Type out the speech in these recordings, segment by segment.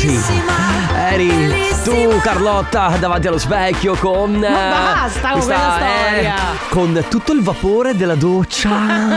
Eri tu, Carlotta, davanti allo specchio con... Ma basta con quella storia. Con tutto il vapore della doccia.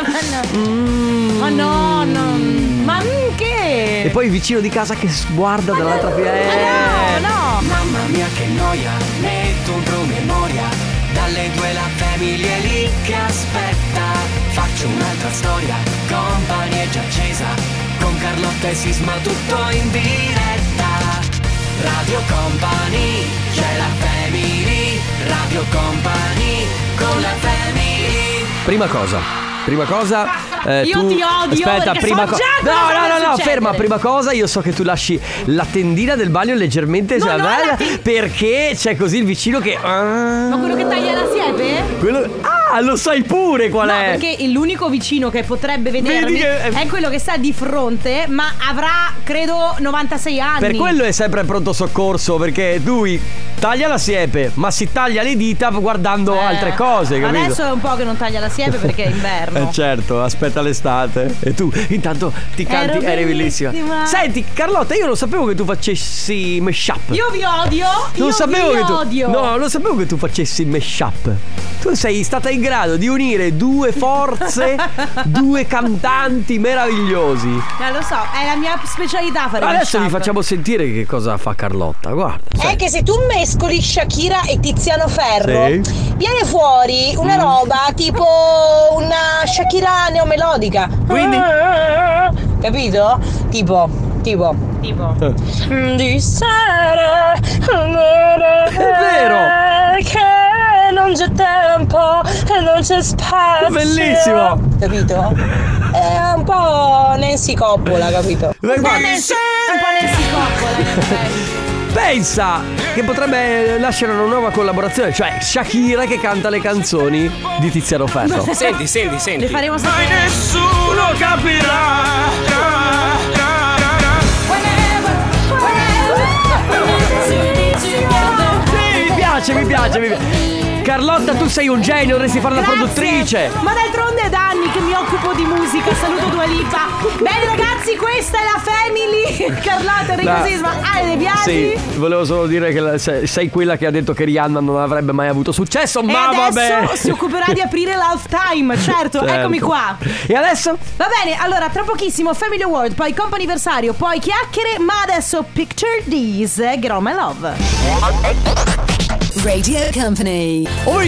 Ma no. Ma che? E poi il vicino di casa che guarda dall'altra finestra. No. Mamma mia che noia, metto un promemoria. Dalle 2 la famiglia è lì che aspetta. Faccio un'altra storia, Company è già accesa. Con Carlotta e Sisma tutto in diretta. Radio Company, c'è la family. Radio Company, con la family. Prima cosa, io tu... ti odio. Aspetta, prima cosa. No, ferma. Prima cosa, io so che tu lasci la tendina del bagno leggermente perché c'è così il vicino che... Ma quello che taglia la siepe? Lo sai pure qual è? No, perché l'unico vicino che potrebbe vedermi è quello che sta di fronte, ma avrà, credo, 96 anni. Per quello è sempre pronto soccorso, perché lui taglia la siepe, ma si taglia le dita guardando altre cose, capito? Adesso è un po' che non taglia la siepe perché è inverno. Certo, aspetta l'estate. E tu intanto ti canti, eri bellissima. Senti, Carlotta, io non sapevo che tu facessi mashup. Io vi odio. Non sapevo che tu facessi mashup. Tu sei stata in grado di unire due forze, due cantanti meravigliosi. Lo so, è la mia specialità fare Adesso mashup. vi facciamo sentire che cosa fa Carlotta. Guarda. È che se tu mescoli Shakira e Tiziano Ferro, viene fuori una roba tipo una Shakira neomelodica. Quindi? Capito? Tipo di sera È vero! che non c'è tempo e non c'è spazio. Bellissimo! Capito? È un po' Nancy Coppola, capito? Un po' Nancy Coppola. Pensa che potrebbe nascere una nuova collaborazione, cioè Shakira che canta le canzoni di Tiziano Ferro. Senti. Le faremo sapere. Nessuno capirà. Mi piace. Carlotta, tu sei un genio, dovresti fare la produttrice. Ma d'altronde è da anni che mi occupo di musica. Saluto Dua Lipa. Bene ragazzi, questa è la family. Carlotta, Enrico Sisma, Ale De Biasi. Sì, volevo solo dire che sei quella che ha detto che Rihanna non avrebbe mai avuto successo. Ma vabbè, adesso si occuperà di aprire l'Halftime. Certo, eccomi qua. E adesso? Va bene, allora tra pochissimo Family Award, poi comp'anniversario, poi chiacchiere. Ma adesso Picture This, Get On My Love. Radio Company. Over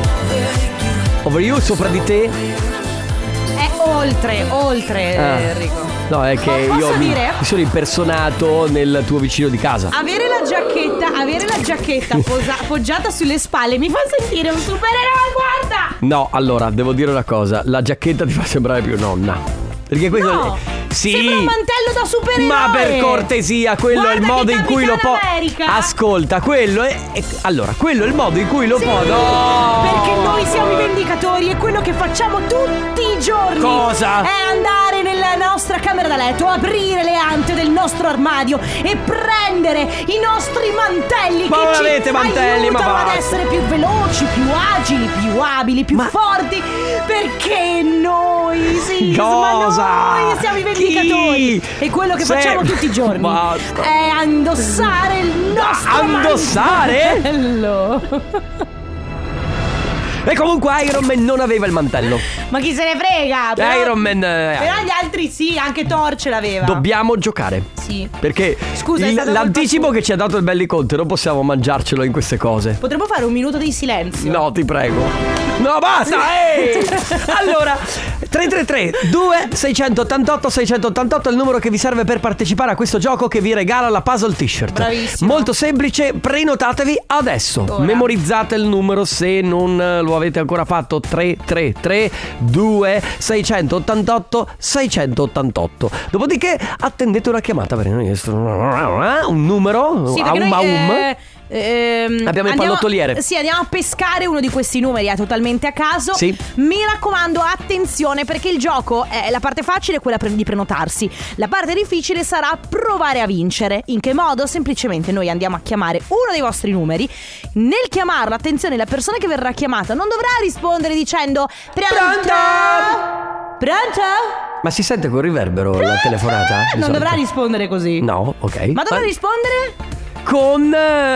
you, sopra di te. È oltre Enrico. No, è che io mi sono impersonato nel tuo vicino di casa. Avere la giacchetta appoggiata sulle spalle mi fa sentire un supereroe, guarda. No, allora, devo dire una cosa. La giacchetta ti fa sembrare più nonna. Perché questo No. Sì. Sembra un mantello da supereroe. Ma per cortesia, quello Guarda è il modo in cui lo può. Ascolta, quello è il modo in cui lo può. No! Perché noi siamo i vendicatori e quello che facciamo tutti i giorni. Cosa? È andare nella nostra camera da letto, aprire le ante del nostro armadio e prendere i nostri mantelli Ma che ci avete mantelli, ma aiutano ad basta. essere più veloci, più agili, più abili, più forti. Perché noi noi siamo i vendicatori. E quello che facciamo tutti i giorni Basta. è indossare il nostro indossare? mantello. E comunque Iron Man non aveva il mantello. Ma chi se ne frega? Però, Iron Man però gli altri sì, anche Thor ce l'aveva. Dobbiamo giocare. Sì. Perché Scusa, è stata l'anticipo colpa che ci ha dato il Belliconte non possiamo mangiarcelo in queste cose. Potremmo fare un minuto di silenzio. No, ti prego. No, basta. Allora 333 2688 688 è il numero che vi serve per partecipare a questo gioco che vi regala la puzzle t-shirt. Bravissimo. Molto semplice, prenotatevi adesso. Ora. Memorizzate il numero se non lo avete ancora fatto. 333 2688 688. Dopodiché attendete una chiamata per un numero Sì, perché noi Abbiamo il pallottoliere. Sì, andiamo a pescare uno di questi numeri totalmente a caso. Sì. Mi raccomando, attenzione, perché il gioco è la parte facile, quella di prenotarsi. La parte difficile sarà provare a vincere. In che modo? Semplicemente noi andiamo a chiamare uno dei vostri numeri. Nel chiamarlo, attenzione, la persona che verrà chiamata non dovrà rispondere dicendo Pronto? Ma si sente col riverbero la telefonata? Non dovrà rispondere così. No, ok. Ma dovrà rispondere? Con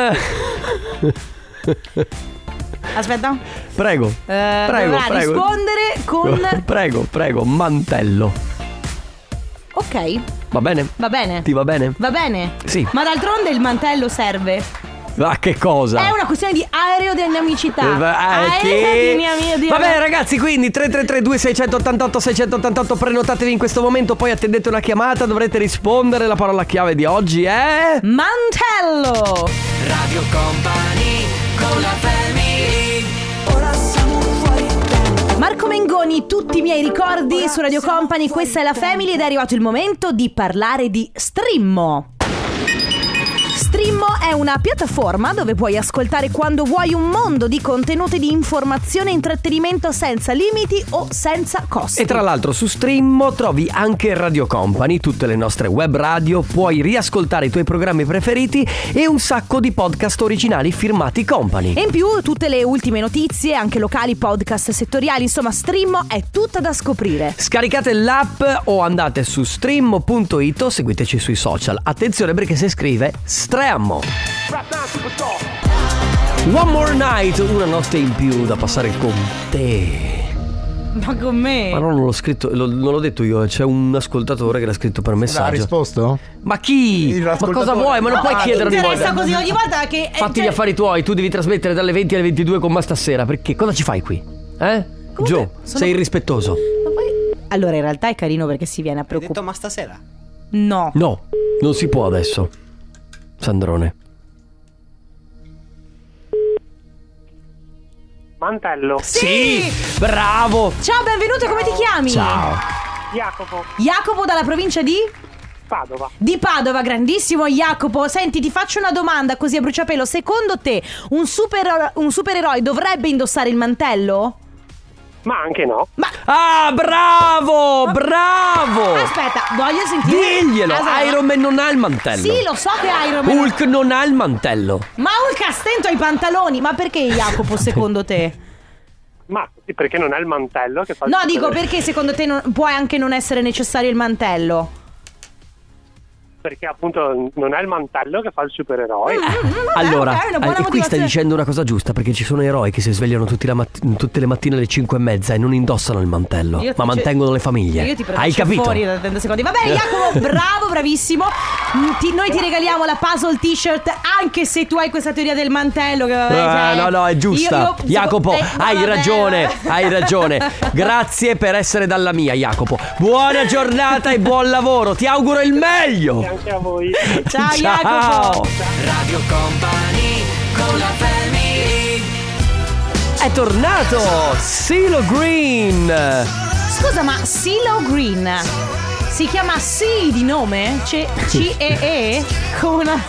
Aspetta. Prego. Dovrà rispondere con Prego, mantello. Ok. Va bene? Va bene. Ti va bene? Va bene? Sì. Ma d'altronde il mantello serve. Ma che cosa? È una questione di aerodinamicità. Che... Vabbè ragazzi, quindi 333 2688 688 prenotatevi in questo momento, poi attendete una chiamata, dovrete rispondere. La parola chiave di oggi è mantello. Radio Company con la family. Ora siamo fuori. Marco Mengoni, tutti i miei ricordi su Radio Company, questa è la family ed è arrivato il momento di parlare di Strimmo. Strimmo è una piattaforma dove puoi ascoltare quando vuoi un mondo di contenuti di informazione e intrattenimento senza limiti o senza costi. E tra l'altro su Strimmo trovi anche Radio Company, tutte le nostre web radio, puoi riascoltare i tuoi programmi preferiti e un sacco di podcast originali firmati Company. E in più tutte le ultime notizie, anche locali, podcast settoriali, insomma Strimmo è tutta da scoprire. Scaricate l'app o andate su strimmo.it o seguiteci sui social. Attenzione perché si scrive Strammo. One more night, una notte in più da passare con te. Ma con me? Ma non l'ho scritto, non l'ho detto io, c'è un ascoltatore che l'ha scritto per messaggio. Ha risposto? Ma chi? Ma cosa vuoi? Ma non puoi chiedere ogni volta. Così ogni volta che fatti gli affari tuoi, tu devi trasmettere dalle 20 alle 22 con me stasera. Perché? Cosa ci fai qui? Gio, sei irrispettoso. Allora in realtà è carino perché si viene a preoccupare. Hai detto ma stasera? No, non si può adesso, Sandrone. Mantello. Sì, bravo. Ciao, benvenuto, come ti chiami? Ciao. Jacopo dalla provincia di? Padova. Di Padova, grandissimo Jacopo. Senti, ti faccio una domanda così a bruciapelo. Secondo te un supereroe dovrebbe indossare il mantello? Ma anche no. Bravo. Aspetta, voglio sentire. Diglielo, Iron Man non ha il mantello. Sì, lo so che Iron Man Hulk non ha il mantello. Ma Hulk ha stento ai pantaloni. Ma perché Jacopo secondo te? Ma sì, perché non ha il mantello che fa il No, supereroe. dico perché secondo te può anche non essere necessario il mantello. Perché appunto non è il mantello che fa il supereroe. Allora, una buona qui stai motivazione. dicendo una cosa giusta, perché ci sono eroi che si svegliano tutte le mattine alle 5:30 e non indossano il mantello, ma mantengono le famiglie. Io ti prendo Hai capito? fuori da 30 secondi. Va bene Jacopo, bravo, bravissimo. Noi ti regaliamo la puzzle t-shirt, anche se tu hai questa teoria del mantello che no, è giusta. Jacopo, hai ragione. Grazie per essere dalla mia, Jacopo. Buona giornata e buon lavoro. Ti auguro il meglio. Anche a voi. Ciao Jacopo. Radio Company con la family. È tornato CeeLo Green. Scusa, ma CeeLo Green si chiama C di nome? C-E-E? Come una...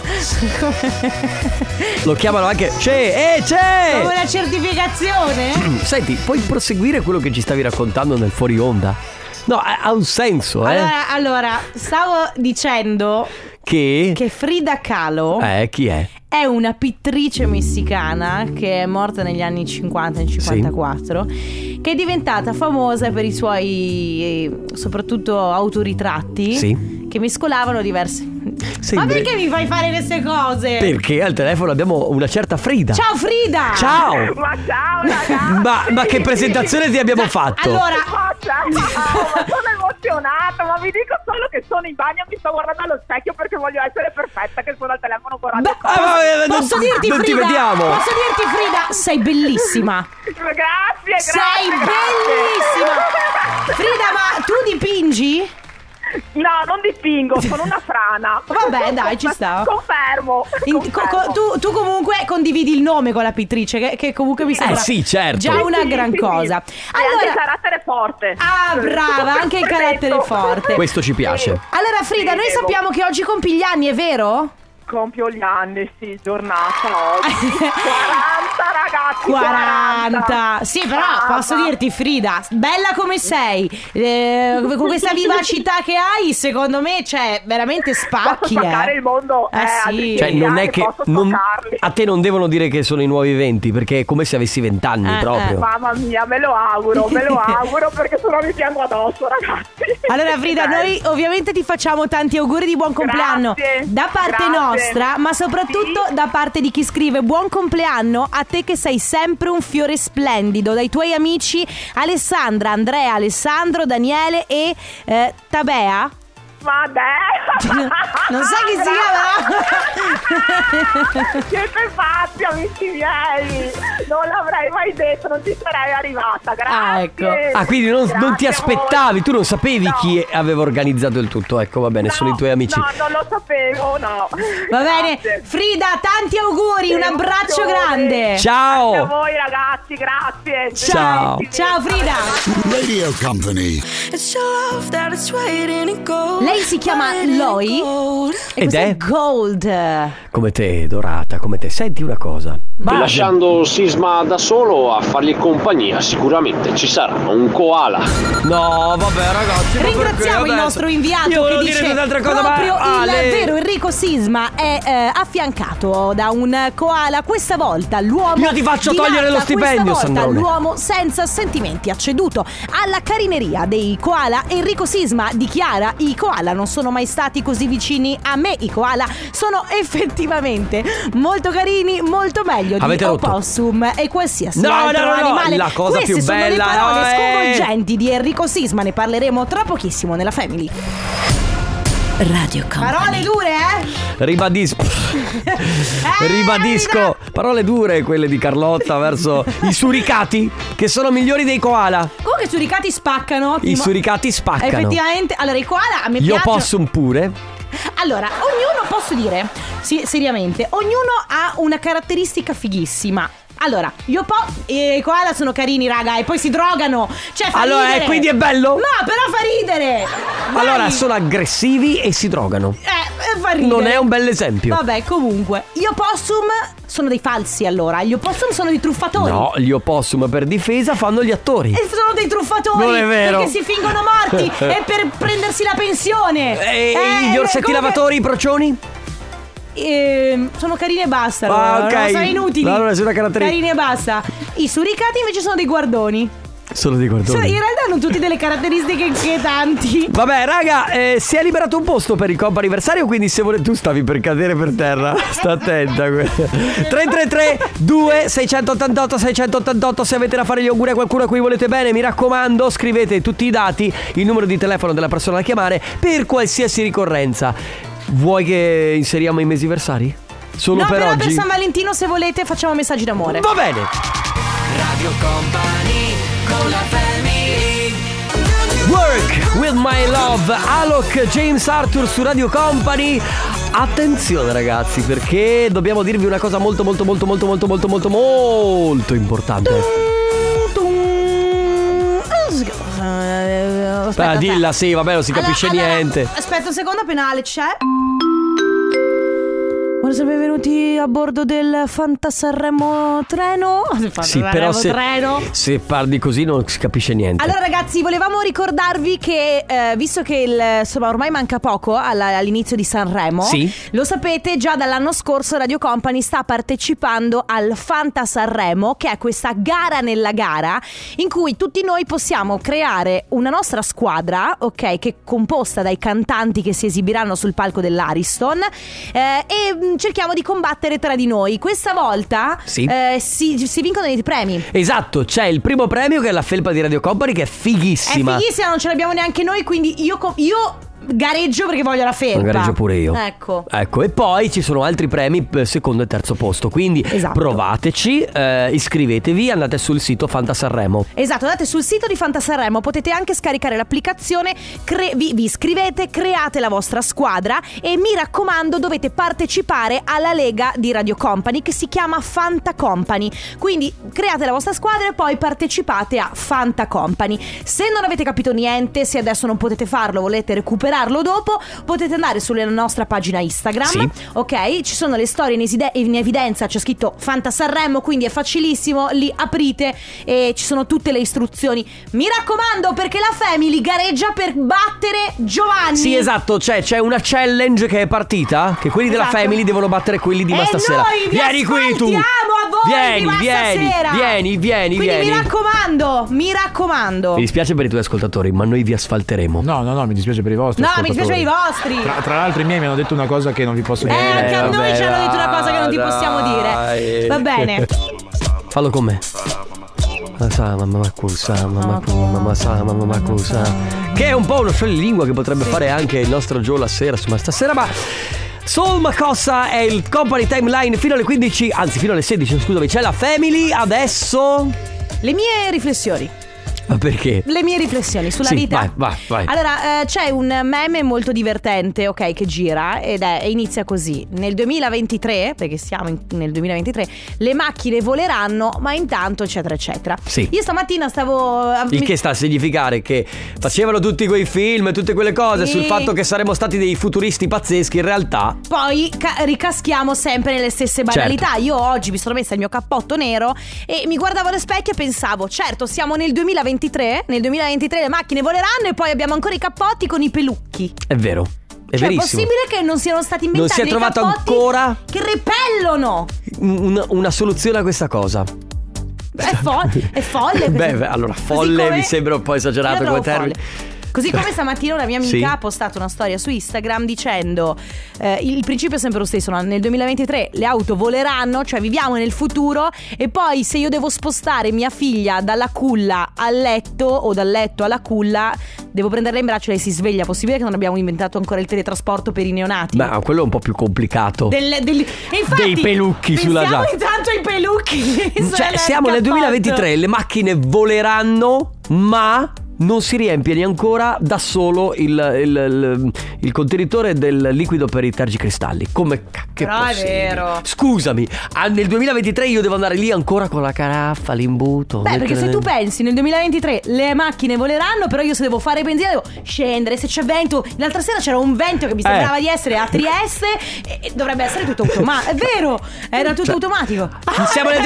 Lo chiamano anche c'è. Come una certificazione? Senti, puoi proseguire quello che ci stavi raccontando nel fuori onda? No, ha un senso, Allora, stavo dicendo che Frida Kahlo chi è? è una pittrice messicana che è morta negli anni 50 e 54, che è diventata famosa per i suoi soprattutto autoritratti che mescolavano diversi. Ma perché mi fai fare queste cose? Perché al telefono abbiamo una certa Frida. Ciao Frida! Ciao! Ma ciao ragazzi! Ma che presentazione ti abbiamo fatto? Allora, sono emozionata, ma vi dico solo che sono in bagno, mi sto guardando allo specchio perché voglio essere perfetta, che sono al telefono con Radio Company. Posso dirti non Frida? ti vediamo. Posso dirti Frida? Sei bellissima. Grazie. Sei bellissima. Frida, ma tu dipingi? No, non dipingo, sono una frana. Vabbè, dai, ci sta. Confermo. Tu comunque condividi il nome con la pittrice, che comunque mi sembra sì, certo. già una gran cosa. Sì. Allora, anche il carattere forte. Ah, brava, anche il carattere forte. Questo ci piace. Allora Frida, noi sappiamo che oggi compi gli anni, è vero? compio gli anni, sì, giornata oggi. 40 ragazzi, 40. Sì, però posso dirti, Frida, bella come sei, con questa vivacità che hai, secondo me, cioè, veramente spacchi. Posso spaccare il mondo. Sì. Cioè, non è che a te non devono dire che sono i nuovi 20, perché è come se avessi 20 anni proprio. Mamma mia, me lo auguro perché sennò mi piango addosso, ragazzi. Allora, Frida, noi ovviamente ti facciamo tanti auguri di buon compleanno da parte nostra, ma soprattutto da parte di chi scrive buon compleanno a te che sei sempre un fiore splendido, dai tuoi amici Alessandra, Andrea, Alessandro, Daniele e Tabea. Ma dai, non so chi sia, siete pazzi, amici miei. Non l'avrei mai detto, non ci sarei arrivata. Grazie. Ecco. Quindi non ti aspettavi, tu non sapevi chi aveva organizzato il tutto. Ecco, va bene, sono i tuoi amici. No, non lo sapevo, no. Va bene, Frida, tanti auguri, un abbraccio grande. Ciao. Grazie a voi ragazzi, grazie. Ciao. Ciao Frida. Radio Company. Lei si chiama Loi e ed è Gold. come te, dorata, come te. Senti una cosa. Lasciando Sisma da solo a fargli compagnia, sicuramente ci sarà un koala. No, vabbè, ragazzi. Ringraziamo il nostro inviato che dice proprio il vero Enrico Sisma è affiancato da un koala. Questa volta l'uomo. Io ti faccio togliere lo stipendio, questa volta Sandrone. l'uomo senza sentimenti ha ceduto alla carineria dei koala. Enrico Sisma dichiara: i koala non sono mai stati così vicini a me. I koala sono effettivamente molto carini, molto meglio di opossum e qualsiasi altro animale. La cosa Queste più bella, sono le parole sconvolgenti di Enrico Sisma. Ne parleremo tra pochissimo nella Family. Radio Company. Parole dure, Ribadisco. Parole dure quelle di Carlotta verso i suricati, che sono migliori dei koala. Comunque i suricati spaccano. I suricati spaccano. Effettivamente. Allora i koala a me Gli piacciono. opossum pure. Allora, ognuno, posso dire, sì, seriamente, ognuno ha una caratteristica fighissima. Allora, i koala sono carini, raga, e poi si drogano. Cioè, fa ridere. Quindi è bello? No, però fa ridere. Vai. Allora, sono aggressivi e si drogano. Fa ridere. Non è un bel esempio. Vabbè, comunque, gli opossum sono dei falsi, allora. Gli opossum sono dei truffatori. No, gli opossum per difesa fanno gli attori. E sono dei truffatori. Non è vero. Perché si fingono morti e per prendersi la pensione. E gli orsetti lavatori, i procioni? Sono carini e basta. Ok. Non sono inutili. Allora, sono caratteristiche. Carini e basta. I suricati invece sono dei guardoni. Sono dei guardoni. In realtà hanno tutte delle caratteristiche inquietanti. Vabbè, raga, si è liberato un posto per il comp anniversario, quindi se volete. Tu stavi per cadere per terra. Sta attenta. 333 2688 688. Se avete da fare gli auguri a qualcuno a cui volete bene, mi raccomando, scrivete tutti i dati, il numero di telefono della persona da chiamare per qualsiasi ricorrenza. Vuoi che inseriamo i mesiversari? Solo per però oggi? per San Valentino, se volete, facciamo messaggi d'amore. Va bene. Radio Company con la Family. Work with my love, Alok, James Arthur su Radio Company. Attenzione ragazzi, perché dobbiamo dirvi una cosa molto importante. Aspetta, dilla, sì, vabbè, non si capisce niente. Aspetta un secondo, penale c'è. Buonasera, benvenuti a bordo del Fantasanremo treno. Sì, però se parli così non si capisce niente. Allora ragazzi, volevamo ricordarvi che visto che insomma ormai manca poco all'inizio di Sanremo, sì, lo sapete, già dall'anno scorso Radio Company sta partecipando al Fantasanremo, che è questa gara nella gara in cui tutti noi possiamo creare una nostra squadra, ok, che è composta dai cantanti che si esibiranno sul palco dell'Ariston, e cerchiamo di combattere tra di noi. Questa volta sì, si vincono dei premi. Esatto, c'è il primo premio che è la felpa di Radio Company, che è fighissima. È fighissima, non ce l'abbiamo neanche noi, quindi io gareggio perché voglio la felpa. Gareggio pure io. Ecco, e poi ci sono altri premi per secondo e terzo posto. Quindi provateci, iscrivetevi, andate sul sito Fantasanremo. Esatto, andate sul sito di Fantasanremo, potete anche scaricare l'applicazione, vi iscrivete, create la vostra squadra e mi raccomando dovete partecipare alla lega di Radio Company che si chiama Fanta Company. Quindi create la vostra squadra e poi partecipate a Fanta Company. Se non avete capito niente, se adesso non potete farlo, volete recuperare, recuperarlo dopo, potete andare sulla nostra pagina Instagram. Sì. Ok, ci sono le storie in evidenza, c'è scritto Fanta Sanremo, quindi è facilissimo, lì aprite e ci sono tutte le istruzioni. Mi raccomando, perché la Family gareggia per battere Giovanni. Sì, esatto, c'è una challenge che è partita, che quelli della Family devono battere quelli di stasera. Noi vi Vieni qui tu. a voi Vieni. Quindi mi raccomando. Mi dispiace per i tuoi ascoltatori, ma noi vi asfalteremo. No, mi dispiace per i vostri. No, mi dispiace per i vostri. Tra l'altro i miei mi hanno detto una cosa che non vi posso dire. Anche a noi ci hanno detto una cosa che non ti possiamo dire. Va bene. Fallo con me. Che è un po' uno scioglilingua che potrebbe fare anche il nostro Joe la sera, ma stasera. Ma Soul Makossa è il Company Timeline fino alle 15, anzi fino alle 16, scusami. C'è la Family adesso. Le mie riflessioni. Ma perché? Le mie riflessioni sulla vita. Vai. Allora, c'è un meme molto divertente, ok, che gira ed inizia così. Nel 2023, perché siamo nel 2023, le macchine voleranno, ma intanto eccetera eccetera. Sì. Io stamattina stavo il che sta a significare che facevano tutti quei film e tutte quelle cose sul fatto che saremmo stati dei futuristi pazzeschi. In realtà poi ricaschiamo sempre nelle stesse banalità. Certo. Io oggi mi sono messa il mio cappotto nero e mi guardavo allo specchio e pensavo, certo, siamo nel 2023. Nel 2023 le macchine voleranno e poi abbiamo ancora i cappotti con i pelucchi. è vero. È cioè, verissimo. È possibile che non siano stati inventati non si è trovato dei cappotti ancora che repellono una soluzione a questa cosa. È folle. Beh, allora folle mi sembra un po' esagerato come termine. Così come stamattina una mia amica Sì. ha postato una storia su Instagram dicendo il principio è sempre lo stesso, no? Nel 2023 le auto voleranno, cioè viviamo nel futuro, e poi se io devo spostare mia figlia dalla culla al letto o dal letto alla culla, devo prenderla in braccio e lei si sveglia. Possibile che non abbiamo inventato ancora il teletrasporto per i neonati? Ma quello è un po' più complicato. Infatti, dei pelucchi sulla giacca. intanto ai pelucchi. Cioè, siamo nel 2023, le macchine voleranno, ma non si riempie ancora da solo il contenitore del liquido per i tergicristalli. Come cacchio Però è possibile? vero. Scusami, nel 2023 io devo andare lì ancora con la caraffa, l'imbuto. Beh, perché se tu pensi nel 2023 le macchine voleranno, però io se devo fare benzina devo scendere, se c'è vento. L'altra sera c'era un vento che mi sembrava di essere a Trieste e dovrebbe essere tutto automatico. È vero, era tutto automatico. Siamo nel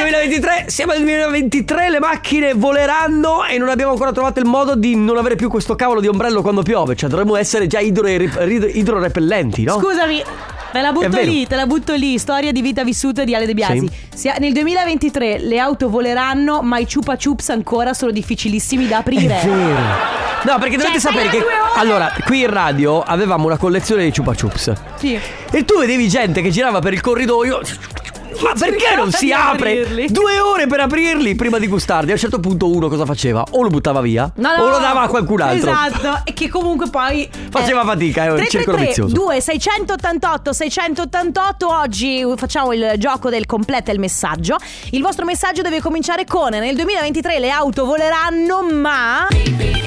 2023, le macchine voleranno e non abbiamo ancora trovato il modo di non avere più questo cavolo di ombrello quando piove. Cioè dovremmo essere già idrorepellenti, no? Scusami, te la butto lì. Storia di vita vissuta di Ale De Biasi. Nel 2023 le auto voleranno, ma i chupa chups ancora sono difficilissimi da aprire. È vero. No, perché dovete sapere che allora, qui in radio avevamo una collezione di chupa chups. Sì. E tu vedevi gente che girava per il corridoio. Ma perché non si apre? 2 ore per aprirli prima di gustarli. A un certo punto uno cosa faceva? O lo buttava via, o lo dava a qualcun altro. Esatto. E che comunque poi faceva fatica, è un circolo vizioso. 2 688 688. Oggi facciamo il gioco del completa il messaggio. Il vostro messaggio deve cominciare con: nel 2023 le auto voleranno, ma Big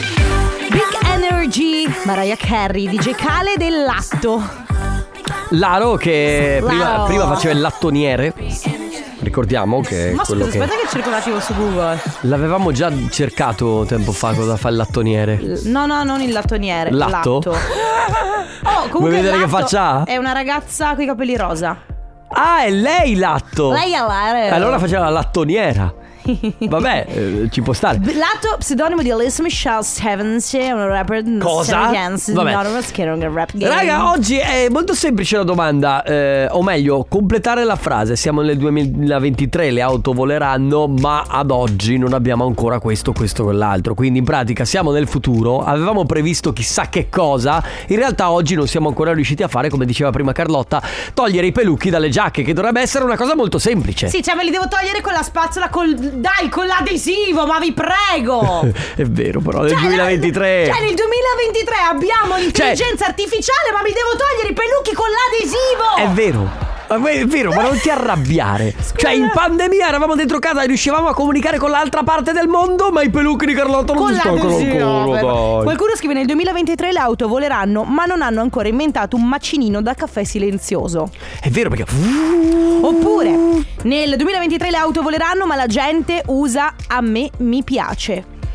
Energy, Mariah Carey, DJ Khaled del Latto. Laro che prima faceva il lattoniere. Ricordiamo che ma quello scusa, aspetta che cerco un attimo su Google. L'avevamo già cercato tempo fa cosa fa il lattoniere. No, non il lattoniere. Latto? Oh, comunque vuoi vedere che faccia ha? È una ragazza con i capelli rosa. Ah, è lei Latto. Lei è Latto. Allora faceva la lattoniera. Vabbè, ci può stare. Latto, pseudonimo di Alyssa Michelle Stevens, è un rapper. Cosa? Vabbè. Raga, oggi è molto semplice la domanda, o meglio, completare la frase. Siamo nel 2023, le auto voleranno, ma ad oggi non abbiamo ancora questo, quell'altro. Quindi in pratica siamo nel futuro, avevamo previsto chissà che cosa. In realtà oggi non siamo ancora riusciti a fare, come diceva prima Carlotta, togliere i pelucchi dalle giacche, che dovrebbe essere una cosa molto semplice. Sì, cioè me li devo togliere con la spazzola, dai, con l'adesivo, ma vi prego. È vero, però nel 2023. Cioè nel 2023 abbiamo l'intelligenza artificiale, ma mi devo togliere i pelucchi con l'adesivo. È vero, ma non ti arrabbiare. Cioè in pandemia eravamo dentro casa e riuscivamo a comunicare con l'altra parte del mondo, ma i pelucchi di Carlotta non si stoccano ancora. Qualcuno scrive: nel 2023 le auto voleranno, ma non hanno ancora inventato un macinino da caffè silenzioso. È vero, perché oppure nel 2023 le auto voleranno, ma la gente usa "a me mi piace".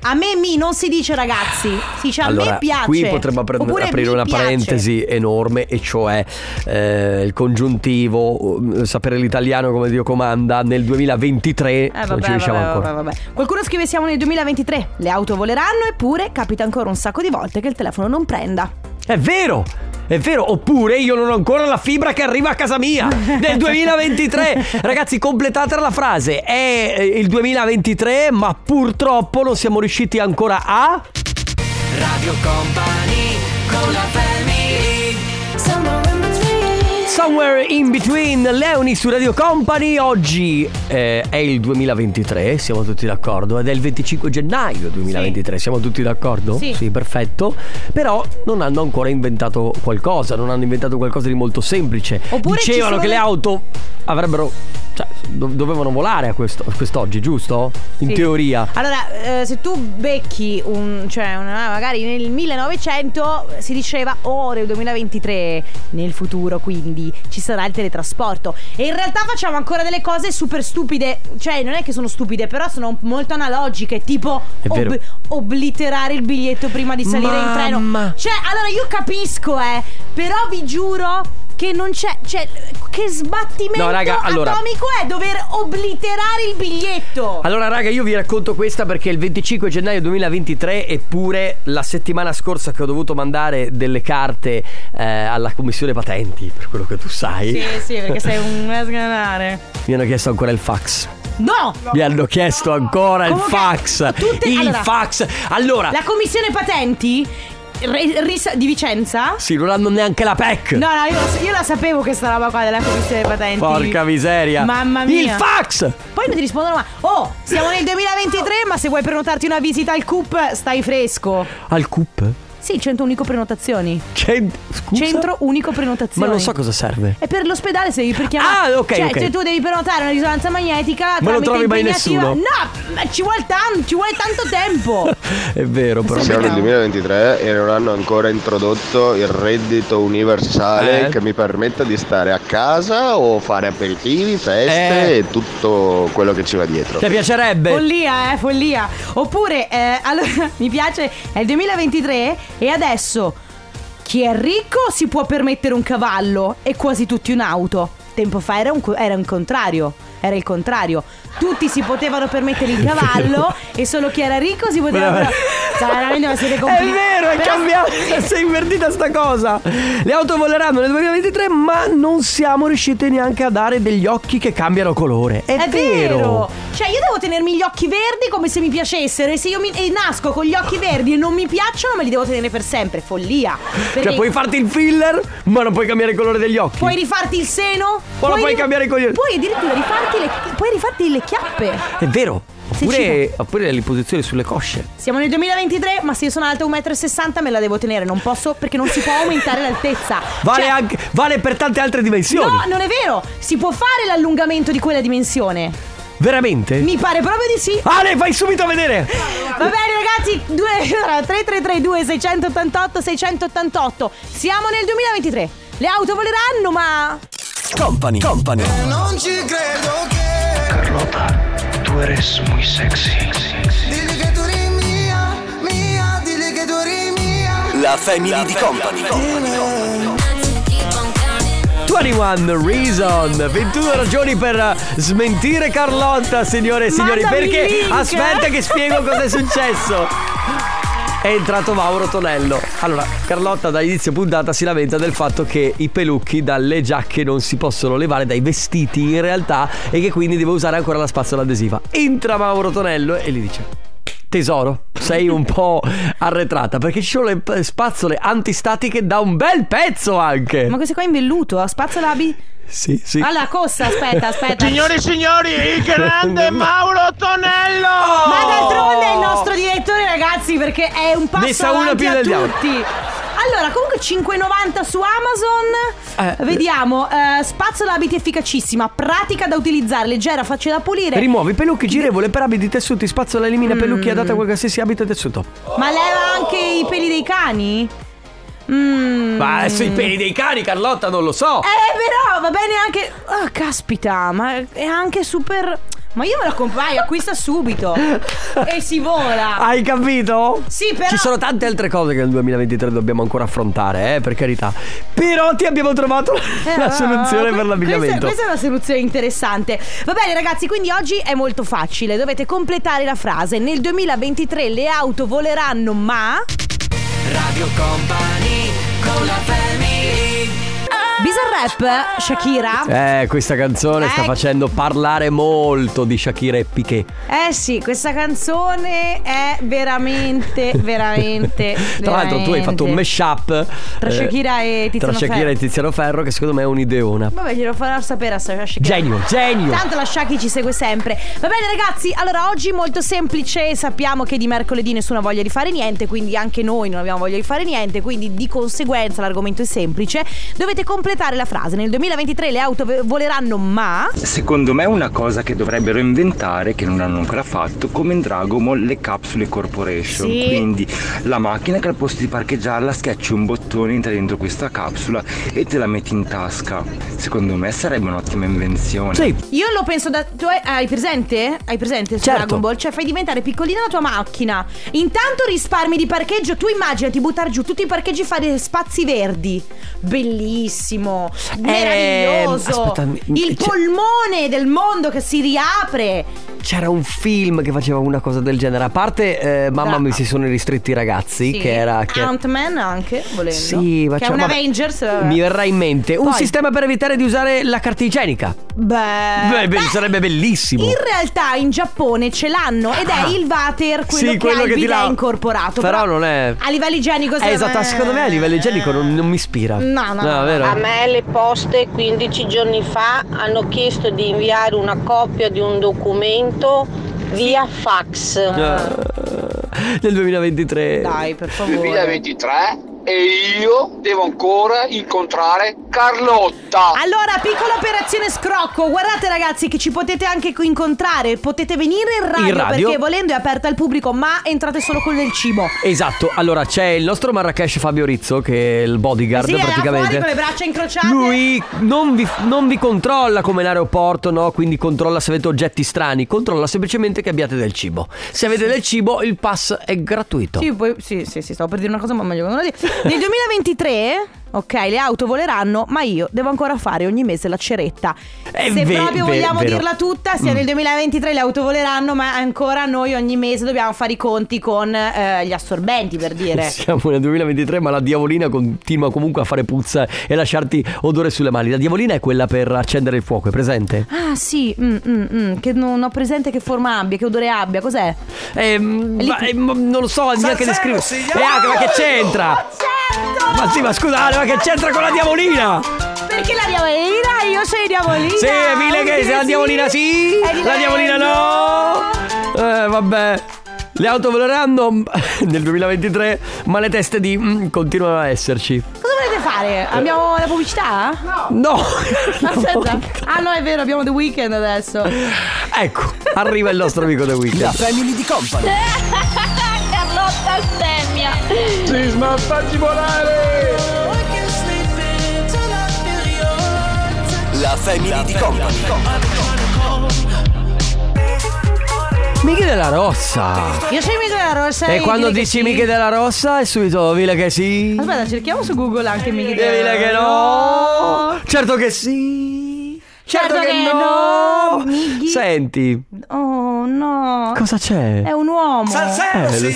A me non si dice ragazzi, si dice allora, a me piace. Qui potremmo aprire una parentesi enorme, e cioè il congiuntivo, sapere l'italiano come Dio comanda, nel 2023 non ci riusciamo ancora. Vabbè. Qualcuno scrive siamo nel 2023, le auto voleranno, eppure capita ancora un sacco di volte che il telefono non prenda. È vero, oppure io non ho ancora la fibra che arriva a casa mia nel 2023. Ragazzi, completate la frase. È il 2023, ma purtroppo non siamo riusciti ancora a Radio Company con la family. Somewhere in between, Leoni su Radio Company. Oggi è il 2023, siamo tutti d'accordo. Ed è il 25 gennaio 2023, siamo tutti d'accordo? Sì, perfetto. Però non hanno ancora inventato qualcosa, non hanno inventato qualcosa di molto semplice. Oppure dicevano che le auto avrebbero, cioè, dovevano volare a quest'oggi, giusto? In teoria. Allora, se tu becchi magari nel 1900 si diceva nel 2023, nel futuro quindi ci sarà il teletrasporto. E in realtà facciamo ancora delle cose super stupide. Cioè non è che sono stupide, però sono molto analogiche. Tipo obliterare il biglietto prima di salire in treno. Cioè allora io capisco però vi giuro che non c'è, cioè, che sbattimento atomico è dover obliterare il biglietto. Allora raga, io vi racconto questa perché il 25 gennaio 2023, eppure la settimana scorsa che ho dovuto mandare delle carte alla commissione patenti, per quello che tu sai. Sì, perché sei un sganare. Mi hanno chiesto ancora il fax. No! Mi hanno chiesto ancora il fax. Fax. Allora, la commissione patenti di Vicenza? Sì, non hanno neanche la PEC. No, io la sapevo questa roba qua della commissione patenti. Porca miseria. Mamma mia. Il fax. Poi non ti rispondono mai. Siamo nel 2023, ma se vuoi prenotarti una visita al CUP stai fresco. Al CUP? Sì, Centro Unico Prenotazioni. Scusa? Centro Unico Prenotazioni. Ma non so cosa serve. È per l'ospedale, se devi per chiamare. Ok. Cioè tu devi prenotare una risonanza magnetica. Ma non trovi mai nessuno. No, ci vuole tanto tempo. È vero, però. Siamo nel 2023 e non hanno ancora introdotto il reddito universale che mi permetta di stare a casa o fare aperitivi, feste e tutto quello che ci va dietro. Ti piacerebbe? Follia. Oppure, allora, mi piace, è il 2023 e adesso chi è ricco si può permettere un cavallo e quasi tutti un'auto. Tempo fa era il contrario. Tutti si potevano permettere il cavallo e solo chi era ricco si poteva. Veramente siete complicati. È vero, è cambiato. Si è invertita sta cosa. Le auto voleranno nel 2023, ma non siamo riusciti neanche a dare degli occhi che cambiano colore. È vero. Cioè io devo tenermi gli occhi verdi come se mi piacessero. E se io nasco con gli occhi verdi e non mi piacciono, me li devo tenere per sempre. Follia. Cioè puoi farti il filler, ma non puoi cambiare il colore degli occhi. Puoi rifarti il seno, puoi cambiare i coglioni. Puoi addirittura rifarti le chiappe. È vero. Oppure le posizioni sulle cosce. Siamo nel 2023, ma se io sono alta 1,60 m me la devo tenere. Non posso, perché non si può aumentare l'altezza. Vale per tante altre dimensioni. No, non è vero. Si può fare l'allungamento di quella dimensione. Veramente? Mi pare proprio di sì. Ale, vai subito a vedere. Va bene ragazzi, 3332 688 688. Siamo nel 2023. Le auto voleranno, ma Company. Non ci credo che Carlotta, tu eres muy sexy. Dile che tu eri mia, dile che tu eri mia. La family di Company. 21 Reason, 21 ragioni per smentire Carlotta, signore e signori. Mandami Perché il link. aspetta che spiego cosa è successo. È entrato Mauro Tonello. Allora, Carlotta da inizio puntata si lamenta del fatto che i pelucchi dalle giacche non si possono levare, dai vestiti in realtà, e che quindi deve usare ancora la spazzola adesiva. Entra Mauro Tonello e gli dice: tesoro, sei un po' arretrata, perché ci sono le spazzole antistatiche da un bel pezzo anche. Ma questo qua è in velluto, spazzola Sì. Allora, costa, aspetta. Signori e signori, il grande Mauro Tonello! Ma d'altronde è il nostro direttore, ragazzi, perché è un passo avanti a tutti. Allora, comunque 5,90 su Amazon. Vediamo, spazzola abiti efficacissima, pratica da utilizzare, leggera, facile da pulire. Rimuovi pelucchi, girevole per abiti, tessuti, spazzola elimina pelucchi, adatta a qualsiasi abito e tessuto. Ma leva anche i peli dei cani? Ma sui peli dei cani, Carlotta, non lo so. Però va bene anche. Caspita, ma è anche super Ma io me la compro, acquista subito e si vola. Hai capito? Sì, però ci sono tante altre cose che nel 2023 dobbiamo ancora affrontare, per carità. Però ti abbiamo trovato la soluzione per l'abbigliamento. Questa è una soluzione interessante. Va bene ragazzi, quindi oggi è molto facile. Dovete completare la frase: nel 2023 le auto voleranno, ma Radio Company con la family. Bizarrap, Shakira. Questa canzone sta facendo parlare molto di Shakira e Piqué. Sì, questa canzone è veramente Tra l'altro tu hai fatto un mashup tra Shakira e Tiziano Ferro che secondo me è un'ideona. Vabbè, glielo farò sapere a Shakira. Genio. Tanto la Shaki ci segue sempre. Va bene ragazzi, allora oggi molto semplice. Sappiamo che di mercoledì nessuno ha voglia di fare niente, quindi anche noi non abbiamo voglia di fare niente, quindi di conseguenza l'argomento è semplice. Dovete completare la frase: nel 2023 le auto voleranno, ma secondo me è una cosa che dovrebbero inventare, che non hanno ancora fatto, come in Dragon Ball le capsule corporation. Sì. Quindi la macchina che al posto di parcheggiarla schiacci un bottone, entra dentro questa capsula e te la metti in tasca. Secondo me sarebbe un'ottima invenzione. Sì. Io lo penso da... Tu hai presente? Hai presente su Dragon Ball? Cioè fai diventare piccolina la tua macchina. Intanto risparmi di parcheggio. Tu immaginati buttare giù tutti i parcheggi e fare spazi verdi. Bellissimo, meraviglioso. Aspetta, il polmone del mondo che si riapre. C'era un film che faceva una cosa del genere. A parte mamma mi si sono ristretti i ragazzi, sì. che era Ant-Man anche, volendo. Sì, ma che è un Avengers. Mi verrà in mente un sistema per evitare di usare la carta igienica. Beh, sarebbe bellissimo. In realtà in Giappone ce l'hanno ed è il water, quello che ha il bidet incorporato. Però non è a livello igienico. Esatto, secondo me a livello igienico non mi ispira. No, vero? A me le poste 15 giorni fa hanno chiesto di inviare una copia di un documento via fax. Nel 2023. Dai, per favore. 2023 e io devo ancora incontrare Carlotta. Allora, piccola operazione scrocco. Guardate ragazzi che ci potete anche incontrare. Potete venire in radio. Perché volendo è aperta al pubblico, ma entrate solo con del cibo. Esatto. Allora c'è il nostro Marrakesh Fabio Rizzo, che è il bodyguard, praticamente. Fuori con le braccia incrociate. Lui non vi controlla come in aeroporto, no? Quindi controlla se avete oggetti strani. Controlla semplicemente che abbiate del cibo. Se avete del cibo il pass è gratuito. Sì, poi sì, stavo per dire una cosa ma meglio che non la dico. Nel 2023, ok, le auto voleranno, ma io devo ancora fare ogni mese la ceretta. Se proprio vogliamo dirla tutta, sia nel 2023 le auto voleranno, ma ancora noi ogni mese dobbiamo fare i conti con gli assorbenti, per dire. Siamo nel 2023, ma la diavolina continua comunque a fare puzza e lasciarti odore sulle mani. La diavolina è quella per accendere il fuoco, è presente? Ah sì, che non ho presente che forma abbia, che odore abbia, cos'è? Non lo so, neanche descrivo. Ma che c'entra? Ma sì, ma scusate, ma che c'entra con la diavolina? Perché la diavolina? Io sono diavolina. Sì, è Vile che sei la diavolina sì, la diavolina no. Vabbè. Le auto voleranno nel 2023, ma le teste di continuano a esserci. Cosa volete fare? Abbiamo la pubblicità? No. Aspetta. Ah no, è vero, abbiamo The Weeknd adesso. Ecco, arriva il nostro amico The Weeknd. La family di Company. Carlotta bestemmia. Sisma, fatti volare. La family di Company. Michi della Rossa. Io sono Michi della Rossa. E quando dici Michi della Rossa è subito Vile che sì. Aspetta, cerchiamo su Google anche Michi della Rossa. Vile che no. Certo che sì. Certo che no. Mighi. Senti. Oh no. Cosa c'è? È un uomo. Sì.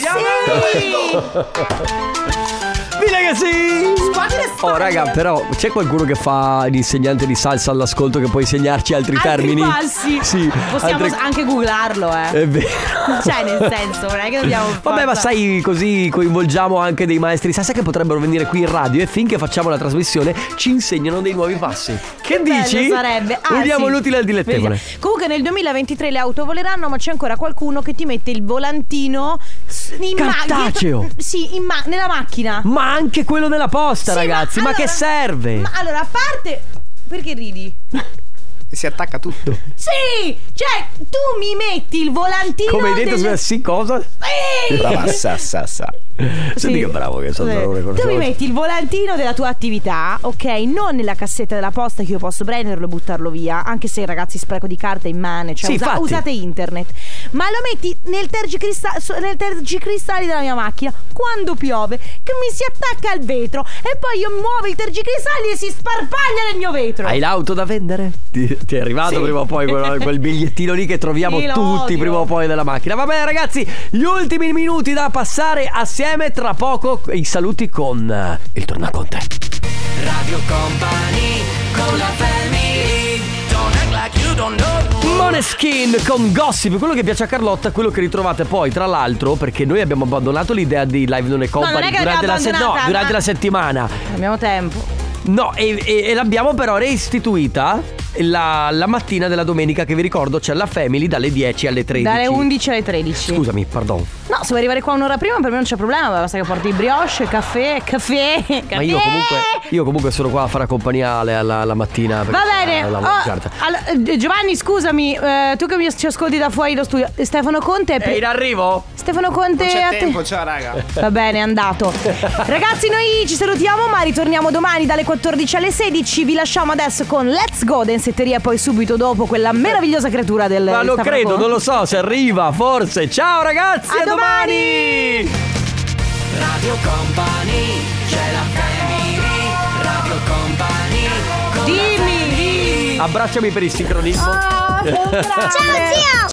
Vile che sì. Oh raga, però c'è qualcuno che fa l'insegnante di salsa all'ascolto che può insegnarci altri termini? Passi. Sì. Possiamo anche googlarlo, È vero. Cioè nel senso, non è che dobbiamo Vabbè, ma sai, così coinvolgiamo anche dei maestri di salsa che potrebbero venire qui in radio e finché facciamo la trasmissione ci insegnano dei nuovi passi. Che dici? Sarebbe. Uniamo l'utile al dilettevole. Comunque nel 2023 le auto voleranno, ma c'è ancora qualcuno che ti mette il volantino cartaceo. Sì, nella macchina. Ma anche quello della posta, sì, ragazzi. Ma che serve? Ma allora, a parte, perché ridi? Si attacca tutto. Sì, cioè tu mi metti il volantino. Come hai detto, sì, cosa? Sì. Brava, sa. Senti che bravo che sono. Tu mi metti il volantino della tua attività, ok? Non nella cassetta della posta che io posso prenderlo e buttarlo via, anche se ragazzi spreco di carta immane, cioè usate internet. Ma lo metti nel tergicristalli della mia macchina quando piove, che mi si attacca al vetro e poi io muovo il tergicristalli e si sparpaglia nel mio vetro. Hai l'auto da vendere? Ti è arrivato prima o poi quel bigliettino lì che troviamo tutti prima o poi nella macchina. Va bene ragazzi, gli ultimi minuti da passare assieme, tra poco i saluti con il Tornaconte. Radio Company con la family. Don't act like you don't know. Måneskin con Gossip, quello che piace a Carlotta, quello che ritrovate poi tra l'altro, perché noi abbiamo abbandonato l'idea di Live Non è Company durante la settimana. Abbiamo tempo. No, e l'abbiamo però reistituita la mattina della domenica, che vi ricordo c'è la Family dalle 10 alle 13. Dalle 11 alle 13. Scusami, pardon. No, se vuoi arrivare qua un'ora prima per me non c'è problema, basta che porti brioche, caffè. Ma io comunque sono qua a fare compagnia alla mattina. Va bene. Giovanni, scusami, tu che ci ascolti da fuori lo studio, Stefano Conte è in arrivo? Stefano Conte non c'è tempo, ciao raga. Va bene, è andato. Ragazzi, noi ci salutiamo, ma ritorniamo domani dalle 14 alle 16. Vi lasciamo adesso con Let's Go Densetteria, poi subito dopo quella meravigliosa creatura del Ma lo credo, non lo so se arriva, forse. Ciao ragazzi, a domani. Radio Company, c'è la family. Radio Company con Dimmi. Abbracciami per il sincronismo. Ciao zio.